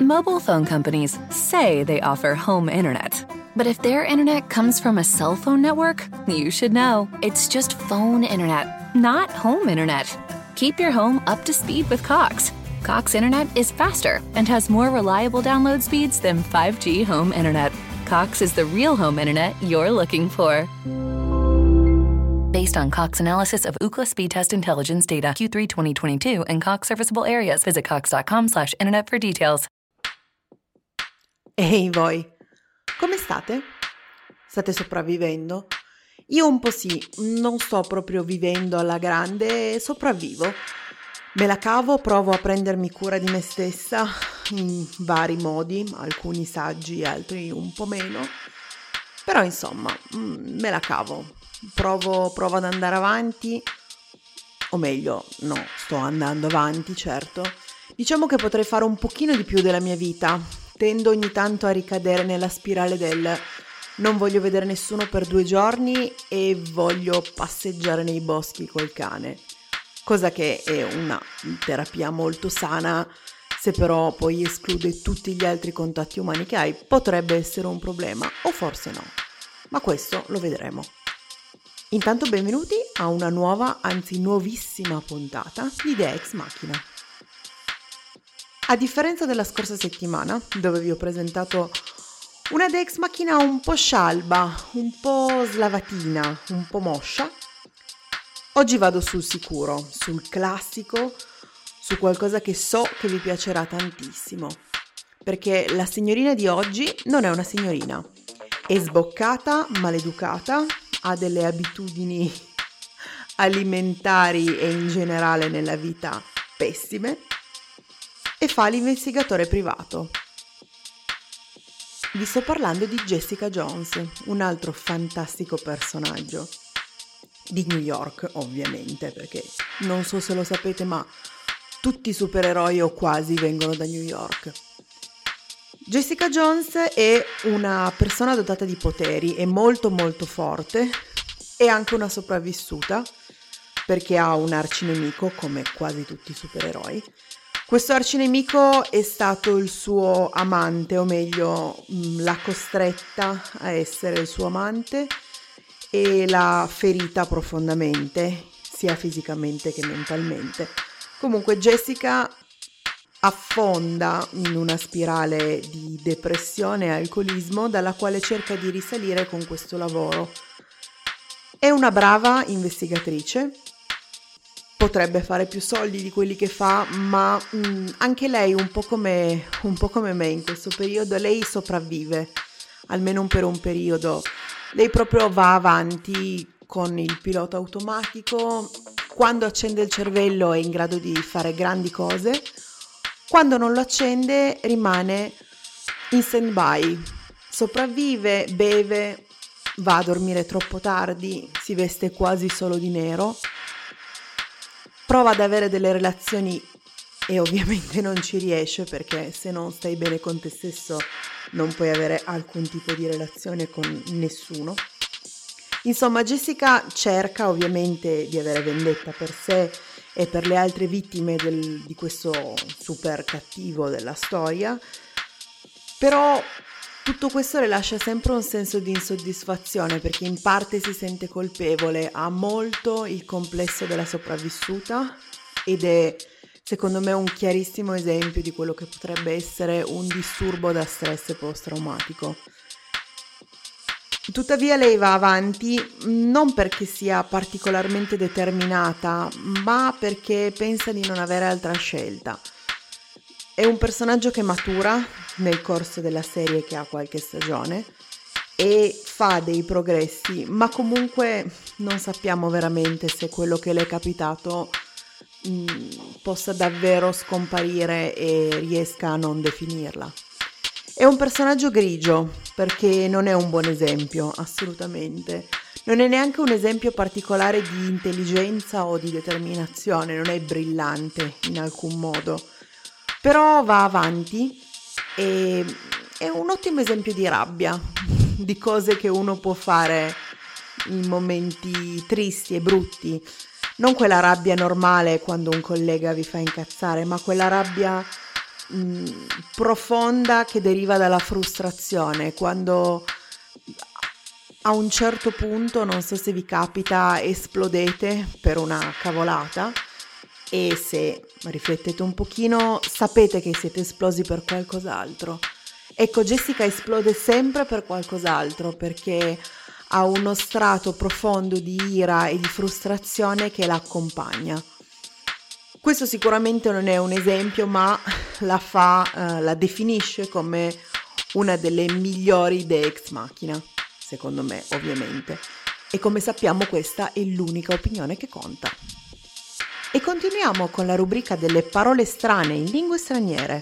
Mobile phone companies say they offer home internet. But if their internet comes from a cell phone network, you should know. It's just phone internet, not home internet. Keep your home up to speed with Cox. Cox internet is faster and has more reliable download speeds than 5G home internet. Cox is the real home internet you're looking for. Based on Cox analysis of Ookla speed test intelligence data Q3 2022 and Cox serviceable areas, visit cox.com/internet for details. Ehi voi, come state? State sopravvivendo? Io un po' sì, non sto proprio vivendo alla grande, sopravvivo. Me la cavo, provo a prendermi cura di me stessa in vari modi, alcuni saggi, altri un po' meno. Però insomma, me la cavo. Provo ad andare avanti, o meglio, no, sto andando avanti, certo. Diciamo che potrei fare un pochino di più della mia vita. Tendo ogni tanto a ricadere nella spirale del non voglio vedere nessuno per 2 giorni e voglio passeggiare nei boschi col cane. Cosa che è una terapia molto sana, se però poi esclude tutti gli altri contatti umani che hai, potrebbe essere un problema, o forse no. Ma questo lo vedremo. Intanto benvenuti a una nuova, anzi nuovissima puntata di Idea Ex Machina. A differenza della scorsa settimana, dove vi ho presentato una Idea Ex Machina un po' scialba, un po' slavatina, un po' moscia, oggi vado sul sicuro, sul classico, su qualcosa che so che vi piacerà tantissimo. Perché la signorina di oggi non è una signorina, è sboccata, maleducata, ha delle abitudini alimentari e in generale nella vita pessime e fa l'investigatore privato. Vi sto parlando di Jessica Jones, un altro fantastico personaggio di New York, ovviamente, perché non so se lo sapete, ma tutti i supereroi o quasi vengono da New York. Jessica Jones è una persona dotata di poteri, è molto molto forte, è anche una sopravvissuta perché ha un arcinemico come quasi tutti i supereroi. Questo arcinemico è stato il suo amante, o meglio l'ha costretta a essere il suo amante e l'ha ferita profondamente, sia fisicamente che mentalmente. Comunque Jessica affonda in una spirale di depressione e alcolismo dalla quale cerca di risalire con questo lavoro. È una brava investigatrice, potrebbe fare più soldi di quelli che fa, ma anche lei un po' come me in questo periodo, lei sopravvive, almeno per un periodo. Lei proprio va avanti con il pilota automatico, quando accende il cervello è in grado di fare grandi cose. Quando non lo accende rimane in stand-by, sopravvive, beve, va a dormire troppo tardi, si veste quasi solo di nero, prova ad avere delle relazioni e ovviamente non ci riesce perché se non stai bene con te stesso non puoi avere alcun tipo di relazione con nessuno. Insomma, Jessica cerca ovviamente di avere vendetta per sé e per le altre vittime di questo super cattivo della storia, però tutto questo le lascia sempre un senso di insoddisfazione perché in parte si sente colpevole, ha molto il complesso della sopravvissuta ed è secondo me un chiarissimo esempio di quello che potrebbe essere un disturbo da stress post-traumatico. Tuttavia lei va avanti non perché sia particolarmente determinata, ma perché pensa di non avere altra scelta. È un personaggio che matura nel corso della serie che ha qualche stagione e fa dei progressi, ma comunque non sappiamo veramente se quello che le è capitato possa davvero scomparire e riesca a non definirla. È un personaggio grigio perché non è un buon esempio, assolutamente. Non è neanche un esempio particolare di intelligenza o di determinazione, non è brillante in alcun modo. Però va avanti e è un ottimo esempio di rabbia, di cose che uno può fare in momenti tristi e brutti. Non quella rabbia normale quando un collega vi fa incazzare, ma quella rabbia profonda che deriva dalla frustrazione, quando a un certo punto, non so se vi capita, esplodete per una cavolata e se riflettete un pochino sapete che siete esplosi per qualcos'altro. Ecco, Jessica esplode sempre per qualcos'altro perché ha uno strato profondo di ira e di frustrazione che la accompagna. Questo sicuramente non è un esempio, ma la definisce come una delle migliori idee ex machina, secondo me, ovviamente. E come sappiamo questa è l'unica opinione che conta. E continuiamo con la rubrica delle parole strane in lingue straniere.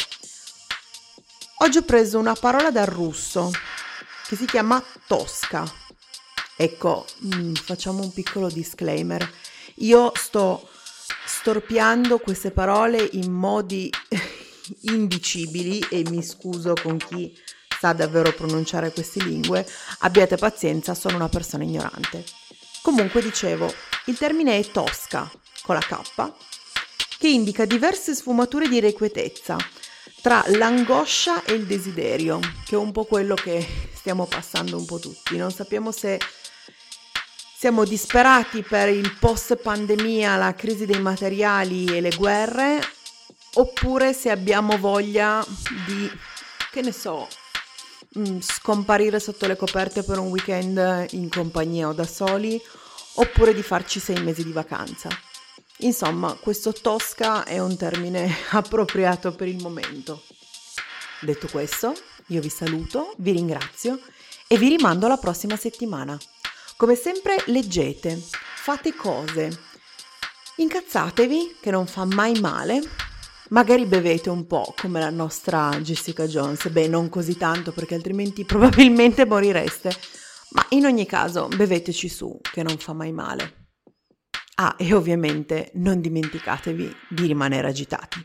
Oggi ho preso una parola dal russo che si chiama tosca. Ecco, facciamo un piccolo disclaimer. Io sto storpiando queste parole in modi indicibili e mi scuso con chi sa davvero pronunciare queste lingue. Abbiate pazienza, sono una persona ignorante. Comunque dicevo, il termine è tosca, con la K, che indica diverse sfumature di irrequietezza tra l'angoscia e il desiderio, che è un po' quello che stiamo passando un po' tutti. Non sappiamo se siamo disperati per il post pandemia, la crisi dei materiali e le guerre, oppure se abbiamo voglia di, che ne so, scomparire sotto le coperte per un weekend in compagnia o da soli, oppure di farci 6 mesi di vacanza. Insomma, questo tosca è un termine appropriato per il momento. Detto questo, io vi saluto, vi ringrazio e vi rimando alla prossima settimana. Come sempre leggete, fate cose, incazzatevi che non fa mai male, magari bevete un po' come la nostra Jessica Jones, beh non così tanto perché altrimenti probabilmente morireste, ma in ogni caso beveteci su che non fa mai male. Ah, e ovviamente non dimenticatevi di rimanere agitati.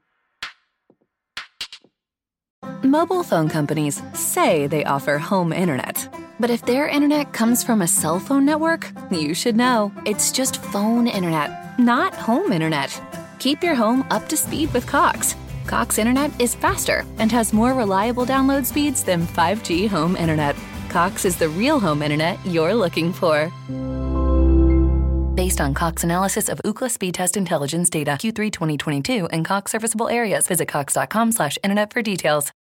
Mobile phone companies say they offer home internet. But if their internet comes from a cell phone network, you should know. It's just phone internet, not home internet. Keep your home up to speed with Cox. Cox internet is faster and has more reliable download speeds than 5G home internet. Cox is the real home internet you're looking for. Based on Cox analysis of Ookla speed test intelligence data Q3 2022 and Cox serviceable areas, visit cox.com/internet for details.